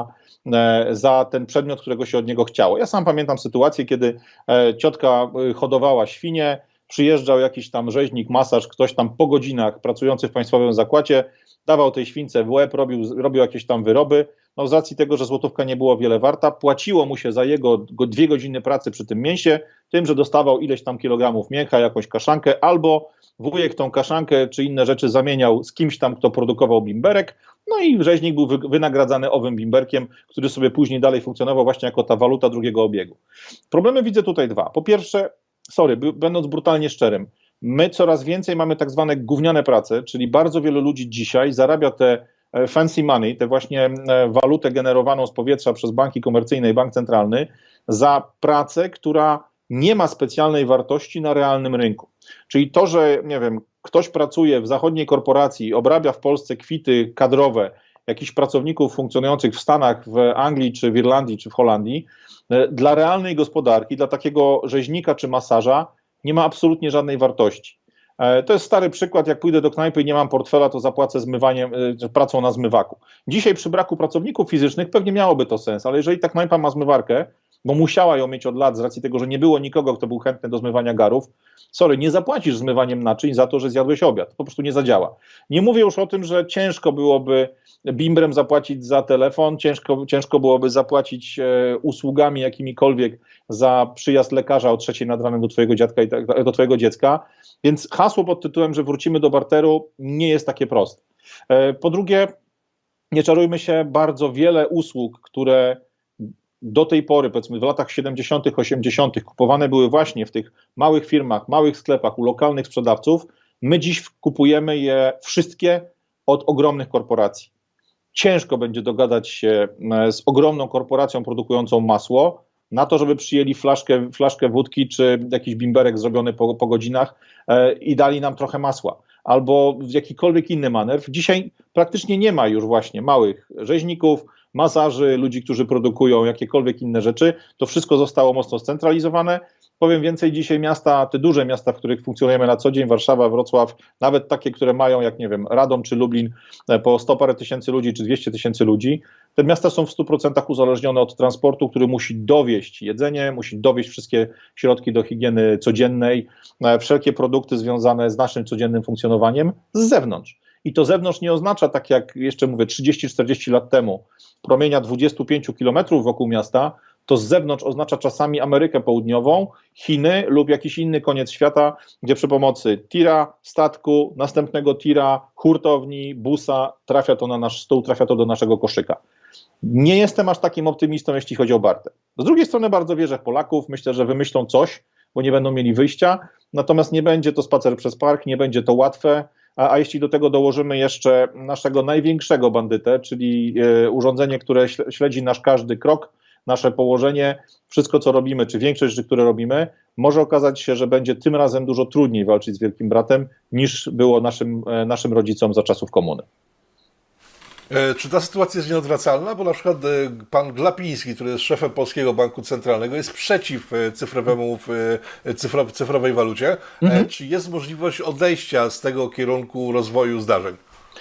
za ten przedmiot, którego się od niego chciało. Ja sam pamiętam sytuację, kiedy ciotka hodowała świnie, przyjeżdżał jakiś tam rzeźnik, masaż, ktoś tam po godzinach pracujący w państwowym zakładzie, dawał tej śwince w łeb, robił jakieś tam wyroby. No z racji tego, że złotówka nie była wiele warta, płaciło mu się za jego 2 godziny pracy przy tym mięsie, tym, że dostawał ileś tam kilogramów mięcha, jakąś kaszankę, albo wujek tą kaszankę czy inne rzeczy zamieniał z kimś tam, kto produkował bimberek, no i rzeźnik był wynagradzany owym bimberkiem, który sobie później dalej funkcjonował właśnie jako ta waluta drugiego obiegu. Problemy widzę tutaj dwa. Po pierwsze, będąc brutalnie szczerym, my coraz więcej mamy tak zwane gówniane prace, czyli bardzo wielu ludzi dzisiaj zarabia te fancy money, tę właśnie walutę generowaną z powietrza przez banki komercyjne i bank centralny za pracę, która nie ma specjalnej wartości na realnym rynku. Czyli to, że nie wiem, ktoś pracuje w zachodniej korporacji, obrabia w Polsce kwity kadrowe jakichś pracowników funkcjonujących w Stanach, w Anglii, czy w Irlandii, czy w Holandii, dla realnej gospodarki, dla takiego rzeźnika czy masaża nie ma absolutnie żadnej wartości. To jest stary przykład, jak pójdę do knajpy i nie mam portfela, to zapłacę pracą na zmywaku. Dzisiaj przy braku pracowników fizycznych pewnie miałoby to sens, ale jeżeli ta knajpa ma zmywarkę, bo musiała ją mieć od lat z racji tego, że nie było nikogo, kto był chętny do zmywania garów, nie zapłacisz zmywaniem naczyń za to, że zjadłeś obiad. To po prostu nie zadziała. Nie mówię już o tym, że ciężko byłoby bimbrem zapłacić za telefon, ciężko byłoby zapłacić usługami jakimikolwiek za przyjazd lekarza o 3 nad ranem do twojego dziecka, więc hasło pod tytułem, że wrócimy do barteru, nie jest takie proste. Po drugie, nie czarujmy się, bardzo wiele usług, które do tej pory, powiedzmy w latach 70., 80., kupowane były właśnie w tych małych firmach, małych sklepach, u lokalnych sprzedawców, my dziś kupujemy je wszystkie od ogromnych korporacji. Ciężko będzie dogadać się z ogromną korporacją produkującą masło na to, żeby przyjęli flaszkę wódki czy jakiś bimberek zrobiony po godzinach i dali nam trochę masła. Albo jakikolwiek inny manewr. Dzisiaj praktycznie nie ma już właśnie małych rzeźników, masaży, ludzi, którzy produkują jakiekolwiek inne rzeczy. To wszystko zostało mocno scentralizowane. Powiem więcej, dzisiaj miasta, te duże miasta, w których funkcjonujemy na co dzień, Warszawa, Wrocław, nawet takie, które mają, jak nie wiem, Radom czy Lublin, po 100 parę tysięcy ludzi czy 200 tysięcy ludzi, te miasta są w 100% uzależnione od transportu, który musi dowieźć jedzenie, musi dowieźć wszystkie środki do higieny codziennej, wszelkie produkty związane z naszym codziennym funkcjonowaniem z zewnątrz. I to zewnątrz nie oznacza, tak jak jeszcze mówię, 30-40 lat temu, promienia 25 kilometrów wokół miasta, to z zewnątrz oznacza czasami Amerykę Południową, Chiny lub jakiś inny koniec świata, gdzie przy pomocy tira, statku, następnego tira, hurtowni, busa trafia to na nasz stół, trafia to do naszego koszyka. Nie jestem aż takim optymistą, jeśli chodzi o barter. Z drugiej strony bardzo wierzę w Polaków, myślę, że wymyślą coś, bo nie będą mieli wyjścia, natomiast nie będzie to spacer przez park, nie będzie to łatwe, a jeśli do tego dołożymy jeszcze naszego największego bandytę, czyli urządzenie, które śledzi nasz każdy krok, nasze położenie, wszystko co robimy, czy większość rzeczy, które robimy, może okazać się, że będzie tym razem dużo trudniej walczyć z Wielkim Bratem, niż było naszym rodzicom za czasów komuny. Czy ta sytuacja jest nieodwracalna? Bo na przykład pan Glapiński, który jest szefem Polskiego Banku Centralnego, jest przeciw cyfrowej walucie. Czy jest możliwość odejścia z tego kierunku rozwoju zdarzeń?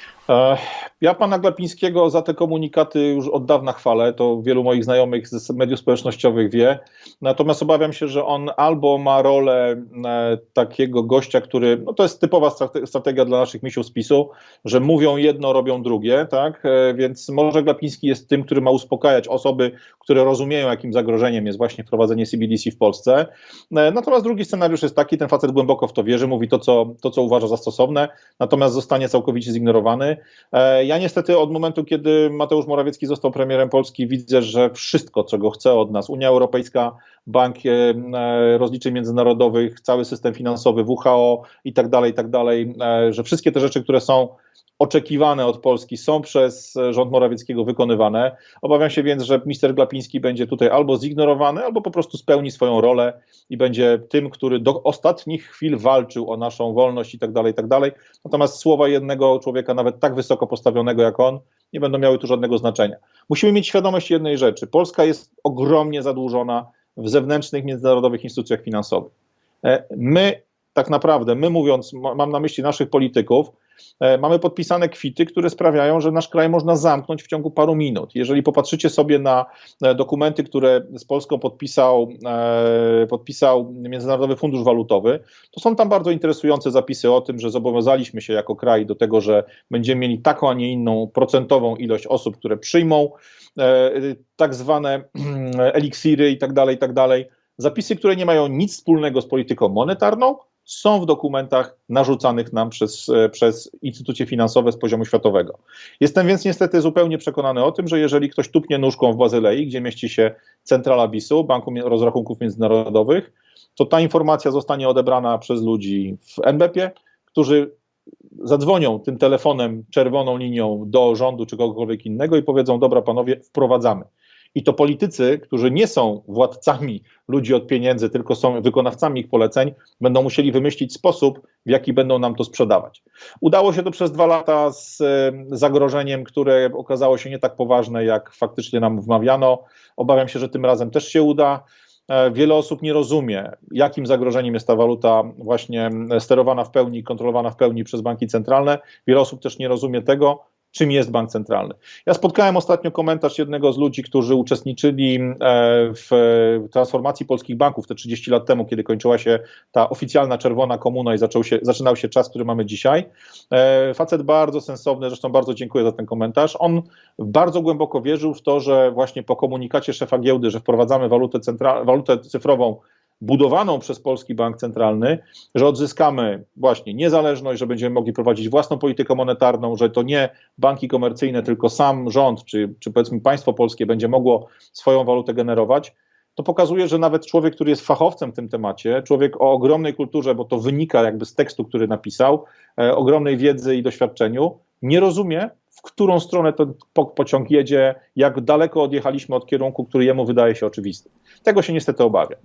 Ja pana Glapińskiego za te komunikaty już od dawna chwalę, to wielu moich znajomych z mediów społecznościowych wie, natomiast obawiam się, że on albo ma rolę takiego gościa, który, no to jest typowa strategia dla naszych misiów z PiS-u, że mówią jedno, robią drugie, tak, więc może Glapiński jest tym, który ma uspokajać osoby, które rozumieją, jakim zagrożeniem jest właśnie wprowadzenie CBDC w Polsce, natomiast drugi scenariusz jest taki, ten facet głęboko w to wierzy, mówi to, co uważa za stosowne, natomiast zostanie całkowicie zignorowany. Ja niestety od momentu, kiedy Mateusz Morawiecki został premierem Polski, widzę, że wszystko, czego chce od nas Unia Europejska, Bank Rozliczeń Międzynarodowych, cały system finansowy, WHO i tak dalej, że wszystkie te rzeczy, które są oczekiwane od Polski, są przez rząd Morawieckiego wykonywane. Obawiam się więc, że minister Glapiński będzie tutaj albo zignorowany, albo po prostu spełni swoją rolę i będzie tym, który do ostatnich chwil walczył o naszą wolność i tak dalej. Natomiast słowa jednego człowieka, nawet tak wysoko postawionego jak on, nie będą miały tu żadnego znaczenia. Musimy mieć świadomość jednej rzeczy. Polska jest ogromnie zadłużona w zewnętrznych, międzynarodowych instytucjach finansowych. My tak naprawdę my mówiąc, mam na myśli naszych polityków, mamy podpisane kwity, które sprawiają, że nasz kraj można zamknąć w ciągu paru minut. Jeżeli popatrzycie sobie na dokumenty, które z Polską podpisał Międzynarodowy Fundusz Walutowy, to są tam bardzo interesujące zapisy o tym, że zobowiązaliśmy się jako kraj do tego, że będziemy mieli taką, a nie inną procentową ilość osób, które przyjmą tak zwane eliksiry i tak dalej. Zapisy, które nie mają nic wspólnego z polityką monetarną, są w dokumentach narzucanych nam przez instytucje finansowe z poziomu światowego. Jestem więc niestety zupełnie przekonany o tym, że jeżeli ktoś tupnie nóżką w Bazylei, gdzie mieści się centrala BIS-u, Banku Rozrachunków Międzynarodowych, to ta informacja zostanie odebrana przez ludzi w NBP-ie, którzy zadzwonią tym telefonem, czerwoną linią do rządu czy kogokolwiek innego i powiedzą: dobra panowie, wprowadzamy. I to politycy, którzy nie są władcami ludzi od pieniędzy, tylko są wykonawcami ich poleceń, będą musieli wymyślić sposób, w jaki będą nam to sprzedawać. Udało się to przez 2 lata z zagrożeniem, które okazało się nie tak poważne, jak faktycznie nam wmawiano. Obawiam się, że tym razem też się uda. Wiele osób nie rozumie, jakim zagrożeniem jest ta waluta właśnie sterowana w pełni, kontrolowana w pełni przez banki centralne. Wiele osób też nie rozumie tego, czym jest bank centralny. Ja spotkałem ostatnio komentarz jednego z ludzi, którzy uczestniczyli w transformacji polskich banków te 30 lat temu, kiedy kończyła się ta oficjalna czerwona komuna i zaczynał się czas, który mamy dzisiaj. Facet bardzo sensowny, zresztą bardzo dziękuję za ten komentarz. On bardzo głęboko wierzył w to, że właśnie po komunikacie szefa giełdy, że wprowadzamy walutę cyfrową budowaną przez Polski Bank Centralny, że odzyskamy właśnie niezależność, że będziemy mogli prowadzić własną politykę monetarną, że to nie banki komercyjne, tylko sam rząd, czy powiedzmy państwo polskie będzie mogło swoją walutę generować, to pokazuje, że nawet człowiek, który jest fachowcem w tym temacie, człowiek o ogromnej kulturze, bo to wynika jakby z tekstu, który napisał, ogromnej wiedzy i doświadczeniu, nie rozumie, w którą stronę ten pociąg jedzie, jak daleko odjechaliśmy od kierunku, który jemu wydaje się oczywisty. Tego się niestety obawiam.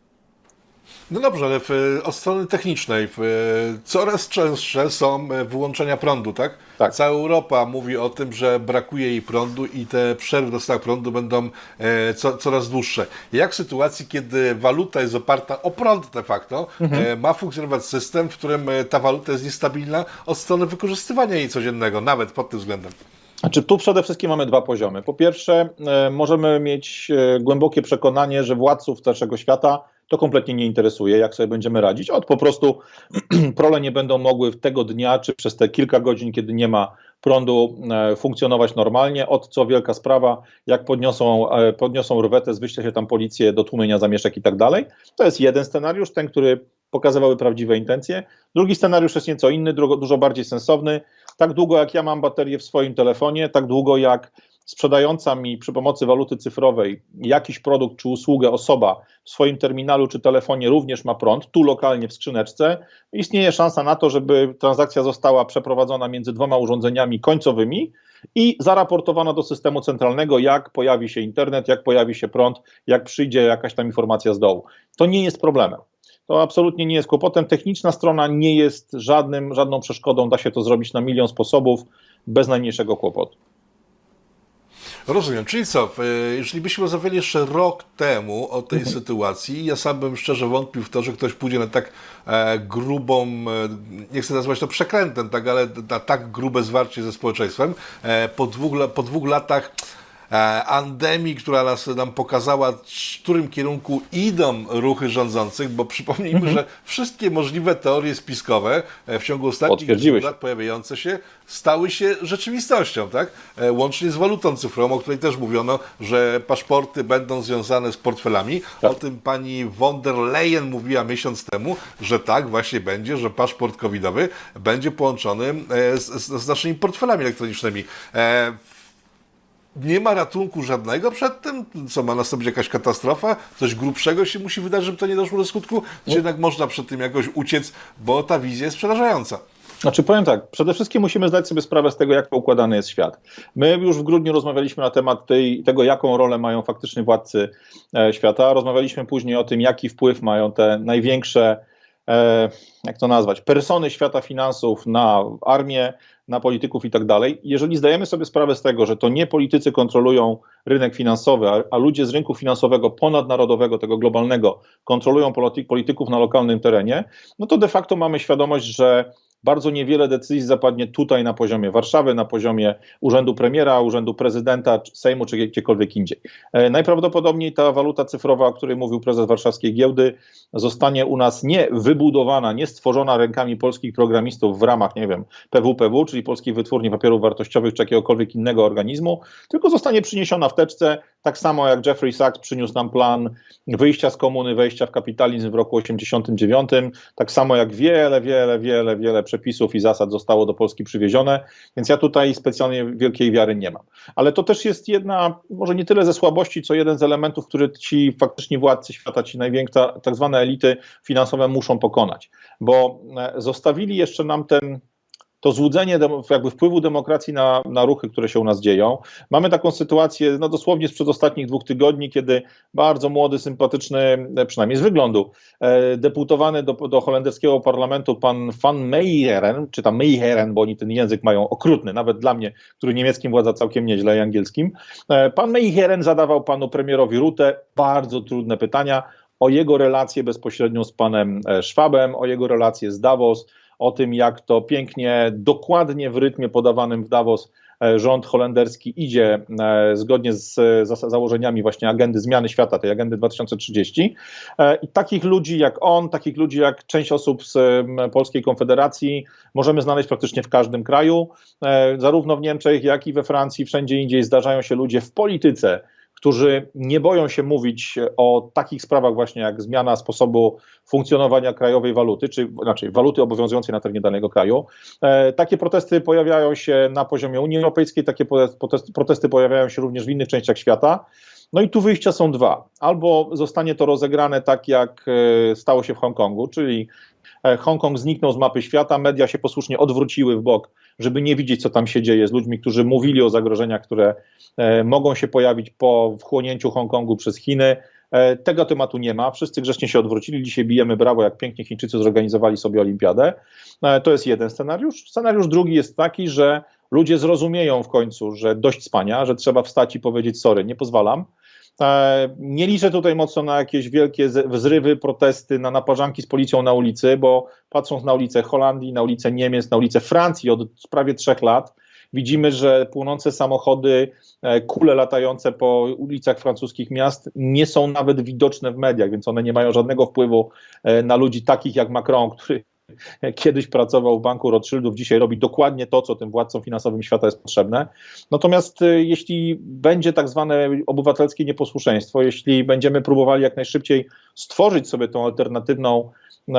No dobrze, ale od strony technicznej coraz częstsze są wyłączenia prądu, tak? Tak. Cała Europa mówi o tym, że brakuje jej prądu i te przerwy w dostawach prądu będą coraz dłuższe. Jak w sytuacji, kiedy waluta jest oparta o prąd de facto, ma funkcjonować system, w którym ta waluta jest niestabilna od strony wykorzystywania jej codziennego, nawet pod tym względem? Znaczy, tu przede wszystkim mamy 2 poziomy. Po pierwsze, możemy mieć głębokie przekonanie, że władców naszego świata to kompletnie nie interesuje, jak sobie będziemy radzić. Po prostu prole nie będą mogły tego dnia, czy przez te kilka godzin, kiedy nie ma prądu, funkcjonować normalnie. Co wielka sprawa, jak podniosą rwetę, wyśle się tam policję do tłumienia zamieszek i tak dalej. To jest jeden scenariusz, ten, który pokazywały prawdziwe intencje. Drugi scenariusz jest nieco inny, dużo bardziej sensowny. Tak długo jak ja mam baterię w swoim telefonie, tak długo jak sprzedająca mi przy pomocy waluty cyfrowej jakiś produkt czy usługę osoba w swoim terminalu czy telefonie również ma prąd, tu lokalnie w skrzyneczce, istnieje szansa na to, żeby transakcja została przeprowadzona między 2 urządzeniami końcowymi i zaraportowana do systemu centralnego, jak pojawi się internet, jak pojawi się prąd, jak przyjdzie jakaś tam informacja z dołu. To nie jest problemem. To absolutnie nie jest kłopotem. Techniczna strona nie jest żadną przeszkodą. Da się to zrobić na milion sposobów, bez najmniejszego kłopotu. Rozumiem. Czyli co, jeżeli byśmy rozmawiali jeszcze rok temu o tej sytuacji, ja sam bym szczerze wątpił w to, że ktoś pójdzie na tak grubą, nie chcę nazwać to przekrętem, tak, ale na tak grube zwarcie ze społeczeństwem. Po 2 latach pandemii, która nam pokazała, w którym kierunku idą ruchy rządzących, bo przypomnijmy, że wszystkie możliwe teorie spiskowe w ciągu ostatnich 2 lat pojawiające się stały się rzeczywistością, tak? Łącznie z walutą cyfrową, o której też mówiono, że paszporty będą związane z portfelami. Tak. O tym pani von der Leyen mówiła miesiąc temu, że tak właśnie będzie, że paszport covidowy będzie połączony z naszymi portfelami elektronicznymi. Nie ma ratunku żadnego przed tym? Co, ma nastąpić jakaś katastrofa? Coś grubszego się musi wydarzyć, żeby to nie doszło do skutku? Czy jednak można przed tym jakoś uciec, bo ta wizja jest przerażająca? Znaczy powiem tak, przede wszystkim musimy zdać sobie sprawę z tego, jak poukładany jest świat. My już w grudniu rozmawialiśmy na temat tego, jaką rolę mają faktycznie władcy świata. Rozmawialiśmy później o tym, jaki wpływ mają te największe, jak to nazwać, persony świata finansów na armię, na polityków i tak dalej. Jeżeli zdajemy sobie sprawę z tego, że to nie politycy kontrolują rynek finansowy, a ludzie z rynku finansowego ponadnarodowego, tego globalnego, kontrolują polityków na lokalnym terenie, no to de facto mamy świadomość, że bardzo niewiele decyzji zapadnie tutaj na poziomie Warszawy, na poziomie urzędu premiera, urzędu prezydenta, Sejmu czy gdziekolwiek indziej. Najprawdopodobniej ta waluta cyfrowa, o której mówił prezes warszawskiej giełdy, zostanie u nas nie wybudowana, nie stworzona rękami polskich programistów w ramach, nie wiem, PWPW, czyli Polskiej Wytwórni Papierów Wartościowych czy jakiegokolwiek innego organizmu, tylko zostanie przyniesiona w teczce, tak samo jak Jeffrey Sachs przyniósł nam plan wyjścia z komuny, wejścia w kapitalizm w roku 89, tak samo jak wiele przepisów i zasad zostało do Polski przywiezione, więc ja tutaj specjalnie wielkiej wiary nie mam. Ale to też jest jedna, może nie tyle ze słabości, co jeden z elementów, który ci faktyczni władcy świata, ci największe, tak zwane elity finansowe muszą pokonać, bo zostawili jeszcze nam to złudzenie jakby wpływu demokracji na ruchy, które się u nas dzieją. Mamy taką sytuację, no dosłownie sprzed ostatnich 2 tygodni, kiedy bardzo młody, sympatyczny, przynajmniej z wyglądu, deputowany do holenderskiego parlamentu pan Van Meijeren, czy tam Meijeren, bo oni ten język mają okrutny, nawet dla mnie, który niemieckim władza całkiem nieźle i angielskim. Pan Meijeren zadawał panu premierowi Rutte bardzo trudne pytania o jego relację bezpośrednią z panem Schwabem, o jego relację z Davos, o tym, jak to pięknie, dokładnie w rytmie podawanym w Davos rząd holenderski idzie zgodnie z założeniami właśnie agendy zmiany świata, tej agendy 2030. I takich ludzi jak on, takich ludzi jak część osób z Polskiej Konfederacji możemy znaleźć praktycznie w każdym kraju. Zarówno w Niemczech, jak i we Francji, wszędzie indziej zdarzają się ludzie w polityce, którzy nie boją się mówić o takich sprawach właśnie jak zmiana sposobu funkcjonowania krajowej waluty, czy znaczy waluty obowiązującej na terenie danego kraju. Takie protesty pojawiają się na poziomie Unii Europejskiej, takie protesty pojawiają się również w innych częściach świata. No i tu wyjścia są dwa. Albo zostanie to rozegrane tak, jak stało się w Hongkongu, czyli Hongkong zniknął z mapy świata, media się posłusznie odwróciły w bok, żeby nie widzieć, co tam się dzieje z ludźmi, którzy mówili o zagrożeniach, które mogą się pojawić po wchłonięciu Hongkongu przez Chiny. Tego tematu nie ma, wszyscy grzecznie się odwrócili, dzisiaj bijemy brawo, jak pięknie Chińczycy zorganizowali sobie olimpiadę. To jest jeden scenariusz. Scenariusz drugi jest taki, że ludzie zrozumieją w końcu, że dość spania, że trzeba wstać i powiedzieć sorry, nie pozwalam. Nie liczę tutaj mocno na jakieś wielkie wzrywy, protesty, na naparzanki z policją na ulicy, bo patrząc na ulicę Holandii, na ulicę Niemiec, na ulicę Francji od prawie 3 lat, widzimy, że płonące samochody, kule latające po ulicach francuskich miast nie są nawet widoczne w mediach, więc one nie mają żadnego wpływu na ludzi takich jak Macron, który kiedyś pracował w banku Rothschildów, dzisiaj robi dokładnie to, co tym władcom finansowym świata jest potrzebne. Natomiast jeśli będzie tak zwane obywatelskie nieposłuszeństwo, jeśli będziemy próbowali jak najszybciej stworzyć sobie tą alternatywną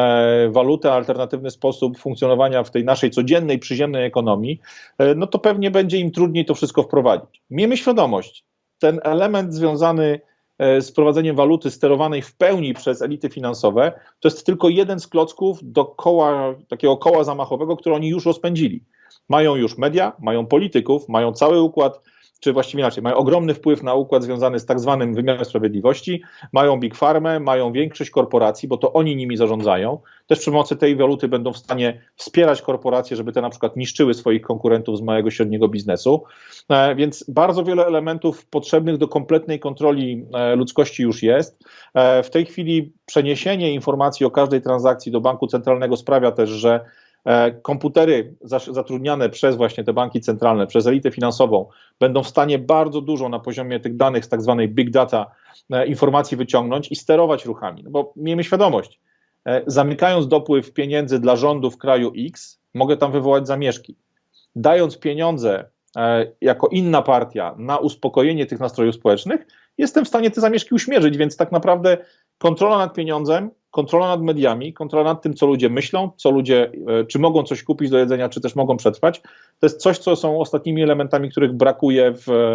walutę, alternatywny sposób funkcjonowania w tej naszej codziennej, przyziemnej ekonomii, no to pewnie będzie im trudniej to wszystko wprowadzić. Miejmy świadomość, ten element związany z prowadzeniem waluty sterowanej w pełni przez elity finansowe, to jest tylko jeden z klocków do koła, takiego koła zamachowego, które oni już rozpędzili. Mają już media, mają polityków, mają cały układ, czy właściwie inaczej, mają ogromny wpływ na układ związany z tak zwanym wymiarem sprawiedliwości, mają Big Pharmę, mają większość korporacji, bo to oni nimi zarządzają. Też przy pomocy tej waluty będą w stanie wspierać korporacje, żeby te na przykład niszczyły swoich konkurentów z małego, średniego biznesu. Więc bardzo wiele elementów potrzebnych do kompletnej kontroli ludzkości już jest. W tej chwili przeniesienie informacji o każdej transakcji do banku centralnego sprawia też, że komputery zatrudniane przez właśnie te banki centralne, przez elitę finansową będą w stanie bardzo dużo na poziomie tych danych z tak zwanej big data informacji wyciągnąć i sterować ruchami. No bo miejmy świadomość, zamykając dopływ pieniędzy dla rządu w kraju X, mogę tam wywołać zamieszki. Dając pieniądze jako inna partia na uspokojenie tych nastrojów społecznych, jestem w stanie te zamieszki uśmierzyć, więc tak naprawdę kontrola nad pieniądzem, kontrola nad mediami, kontrola nad tym, co ludzie myślą, co ludzie, czy mogą coś kupić do jedzenia, czy też mogą przetrwać, to jest coś, co są ostatnimi elementami, których brakuje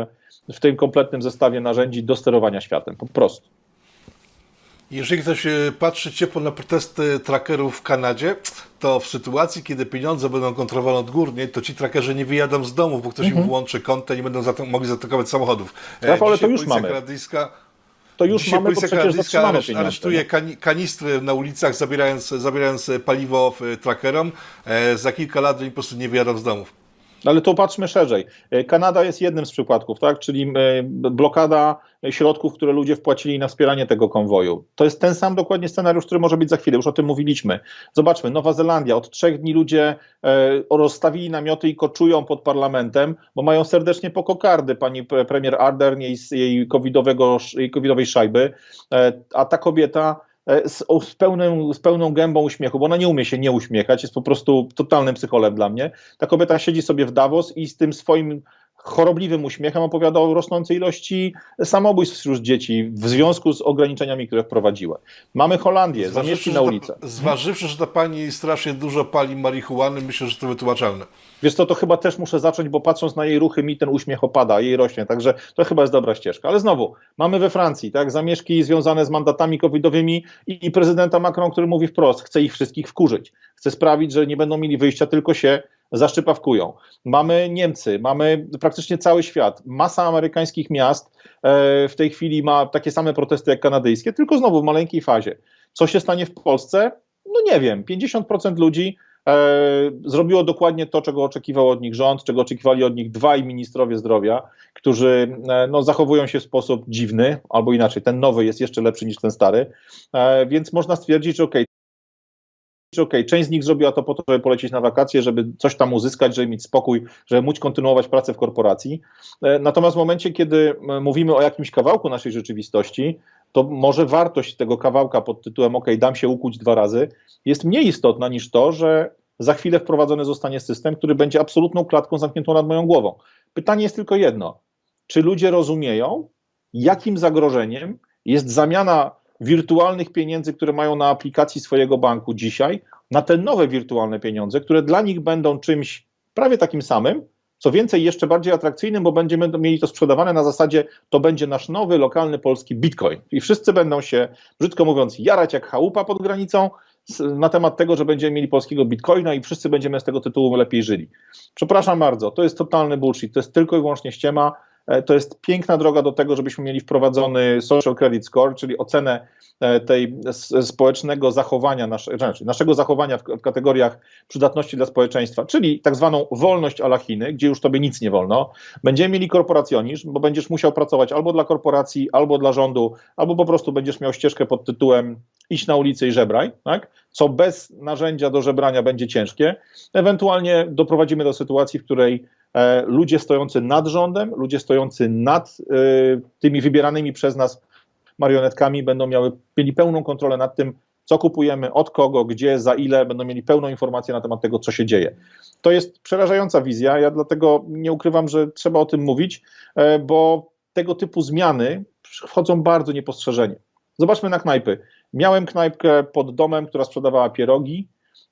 w tym kompletnym zestawie narzędzi do sterowania światem, po prostu. Jeżeli ktoś patrzy ciepło na protesty trackerów w Kanadzie, to w sytuacji, kiedy pieniądze będą kontrolowane odgórnie, to ci trackerzy nie wyjadą z domów, bo ktoś im włączy konto i nie będą mogli zaatakować samochodów. Rafał, ale to już mamy. To już mamy, bo przecież zatrzymano pieniądze. Aresztuje kanistry na ulicach, zabierając paliwo trackerom. Za kilka lat oni po prostu nie wyjadą z domów. Ale to patrzmy szerzej. Kanada jest jednym z przypadków, tak? Czyli blokada środków, które ludzie wpłacili na wspieranie tego konwoju. To jest ten sam dokładnie scenariusz, który może być za chwilę, już o tym mówiliśmy. Zobaczmy, Nowa Zelandia, od 3 dni ludzie rozstawili namioty i koczują pod parlamentem, bo mają serdecznie po kokardy pani premier Ardern i jej covidowej szajby, a ta kobieta z pełną gębą uśmiechu, bo ona nie umie się nie uśmiechać, jest po prostu totalnym psycholem dla mnie. Ta kobieta siedzi sobie w Davos i z tym swoim chorobliwym uśmiechem opowiada o rosnącej ilości samobójstw wśród dzieci w związku z ograniczeniami, które wprowadziła. Mamy Holandię, zamieszki na ulicę. Zważywszy, że ta pani strasznie dużo pali marihuany, myślę, że to wytłumaczalne. Wiesz co, to chyba też muszę zacząć, bo patrząc na jej ruchy mi ten uśmiech opada, jej rośnie, także to chyba jest dobra ścieżka. Ale znowu, mamy we Francji, tak, zamieszki związane z mandatami covidowymi i prezydenta Macron, który mówi wprost, chce ich wszystkich wkurzyć. Chce sprawić, że nie będą mieli wyjścia, tylko się zaszczypawkują. Mamy Niemcy, mamy praktycznie cały świat. Masa amerykańskich miast w tej chwili ma takie same protesty jak kanadyjskie, tylko znowu w maleńkiej fazie. Co się stanie w Polsce? No nie wiem, 50% ludzi zrobiło dokładnie to, czego oczekiwał od nich rząd, czego oczekiwali od nich dwaj ministrowie zdrowia, którzy zachowują się w sposób dziwny, albo inaczej, ten nowy jest jeszcze lepszy niż ten stary, więc można stwierdzić, że część z nich zrobiła to po to, żeby polecieć na wakacje, żeby coś tam uzyskać, żeby mieć spokój, żeby móc kontynuować pracę w korporacji. Natomiast w momencie, kiedy mówimy o jakimś kawałku naszej rzeczywistości, to może wartość tego kawałka pod tytułem dam się ukuć 2 razy, jest mniej istotna niż to, że za chwilę wprowadzony zostanie system, który będzie absolutną klatką zamkniętą nad moją głową. Pytanie jest tylko jedno. Czy ludzie rozumieją, jakim zagrożeniem jest zamiana wirtualnych pieniędzy, które mają na aplikacji swojego banku dzisiaj, na te nowe wirtualne pieniądze, które dla nich będą czymś prawie takim samym, co więcej, jeszcze bardziej atrakcyjnym, bo będziemy mieli to sprzedawane na zasadzie, to będzie nasz nowy, lokalny, polski bitcoin. I wszyscy będą się, brzydko mówiąc, jarać jak chałupa pod granicą na temat tego, że będziemy mieli polskiego bitcoina i wszyscy będziemy z tego tytułu lepiej żyli. Przepraszam bardzo, to jest totalny bullshit, to jest tylko i wyłącznie ściema. To jest piękna droga do tego, żebyśmy mieli wprowadzony social credit score, czyli ocenę tej społecznego zachowania, naszego zachowania w kategoriach przydatności dla społeczeństwa, czyli tak zwaną wolność a la Chiny, gdzie już tobie nic nie wolno. Będziemy mieli korporacjonizm, bo będziesz musiał pracować albo dla korporacji, albo dla rządu, albo po prostu będziesz miał ścieżkę pod tytułem idź na ulicę i żebraj, tak? Co bez narzędzia do żebrania będzie ciężkie. Ewentualnie doprowadzimy do sytuacji, w której ludzie stojący nad rządem, ludzie stojący nad tymi wybieranymi przez nas marionetkami będą mieli pełną kontrolę nad tym, co kupujemy, od kogo, gdzie, za ile, będą mieli pełną informację na temat tego, co się dzieje. To jest przerażająca wizja, ja dlatego nie ukrywam, że trzeba o tym mówić, bo tego typu zmiany wchodzą bardzo niepostrzeżenie. Zobaczmy na knajpy. Miałem knajpkę pod domem, która sprzedawała pierogi.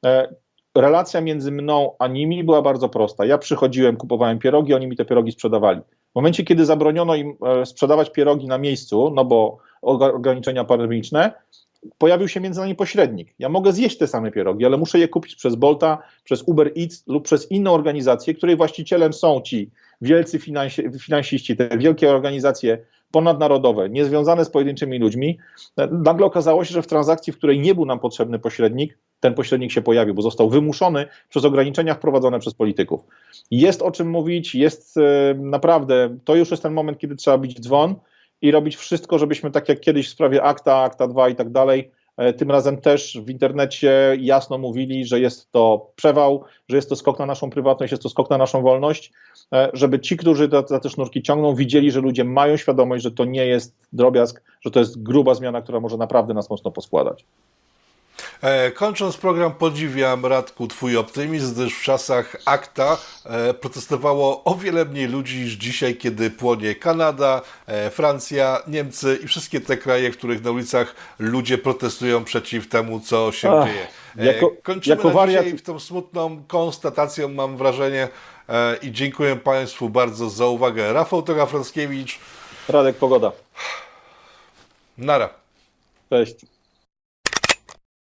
Relacja między mną a nimi była bardzo prosta. Ja przychodziłem, kupowałem pierogi, oni mi te pierogi sprzedawali. W momencie, kiedy zabroniono im sprzedawać pierogi na miejscu, no bo ograniczenia pandemiczne, pojawił się między nami pośrednik. Ja mogę zjeść te same pierogi, ale muszę je kupić przez Bolta, przez Uber Eats lub przez inną organizację, której właścicielem są ci wielcy finansiści, te wielkie organizacje ponadnarodowe, niezwiązane z pojedynczymi ludźmi. Nagle okazało się, że w transakcji, w której nie był nam potrzebny pośrednik, ten pośrednik się pojawił, bo został wymuszony przez ograniczenia wprowadzone przez polityków. Jest o czym mówić, jest naprawdę, to już jest ten moment, kiedy trzeba bić dzwon i robić wszystko, żebyśmy tak jak kiedyś w sprawie akta 2 i tak dalej, tym razem też w internecie jasno mówili, że jest to przewał, że jest to skok na naszą prywatność, jest to skok na naszą wolność, żeby ci, którzy za te sznurki ciągną, widzieli, że ludzie mają świadomość, że to nie jest drobiazg, że to jest gruba zmiana, która może naprawdę nas mocno poskładać. Kończąc program, podziwiam, Radku, twój optymizm, gdyż w czasach akta protestowało o wiele mniej ludzi niż dzisiaj, kiedy płonie Kanada, Francja, Niemcy i wszystkie te kraje, w których na ulicach ludzie protestują przeciw temu, co się dzieje. Kończymy jako wariat dzisiaj tą smutną konstatacją, mam wrażenie, i dziękuję Państwu bardzo za uwagę. Rafał Toga-Frąckiewicz. Radek Pogoda. Nara. Cześć.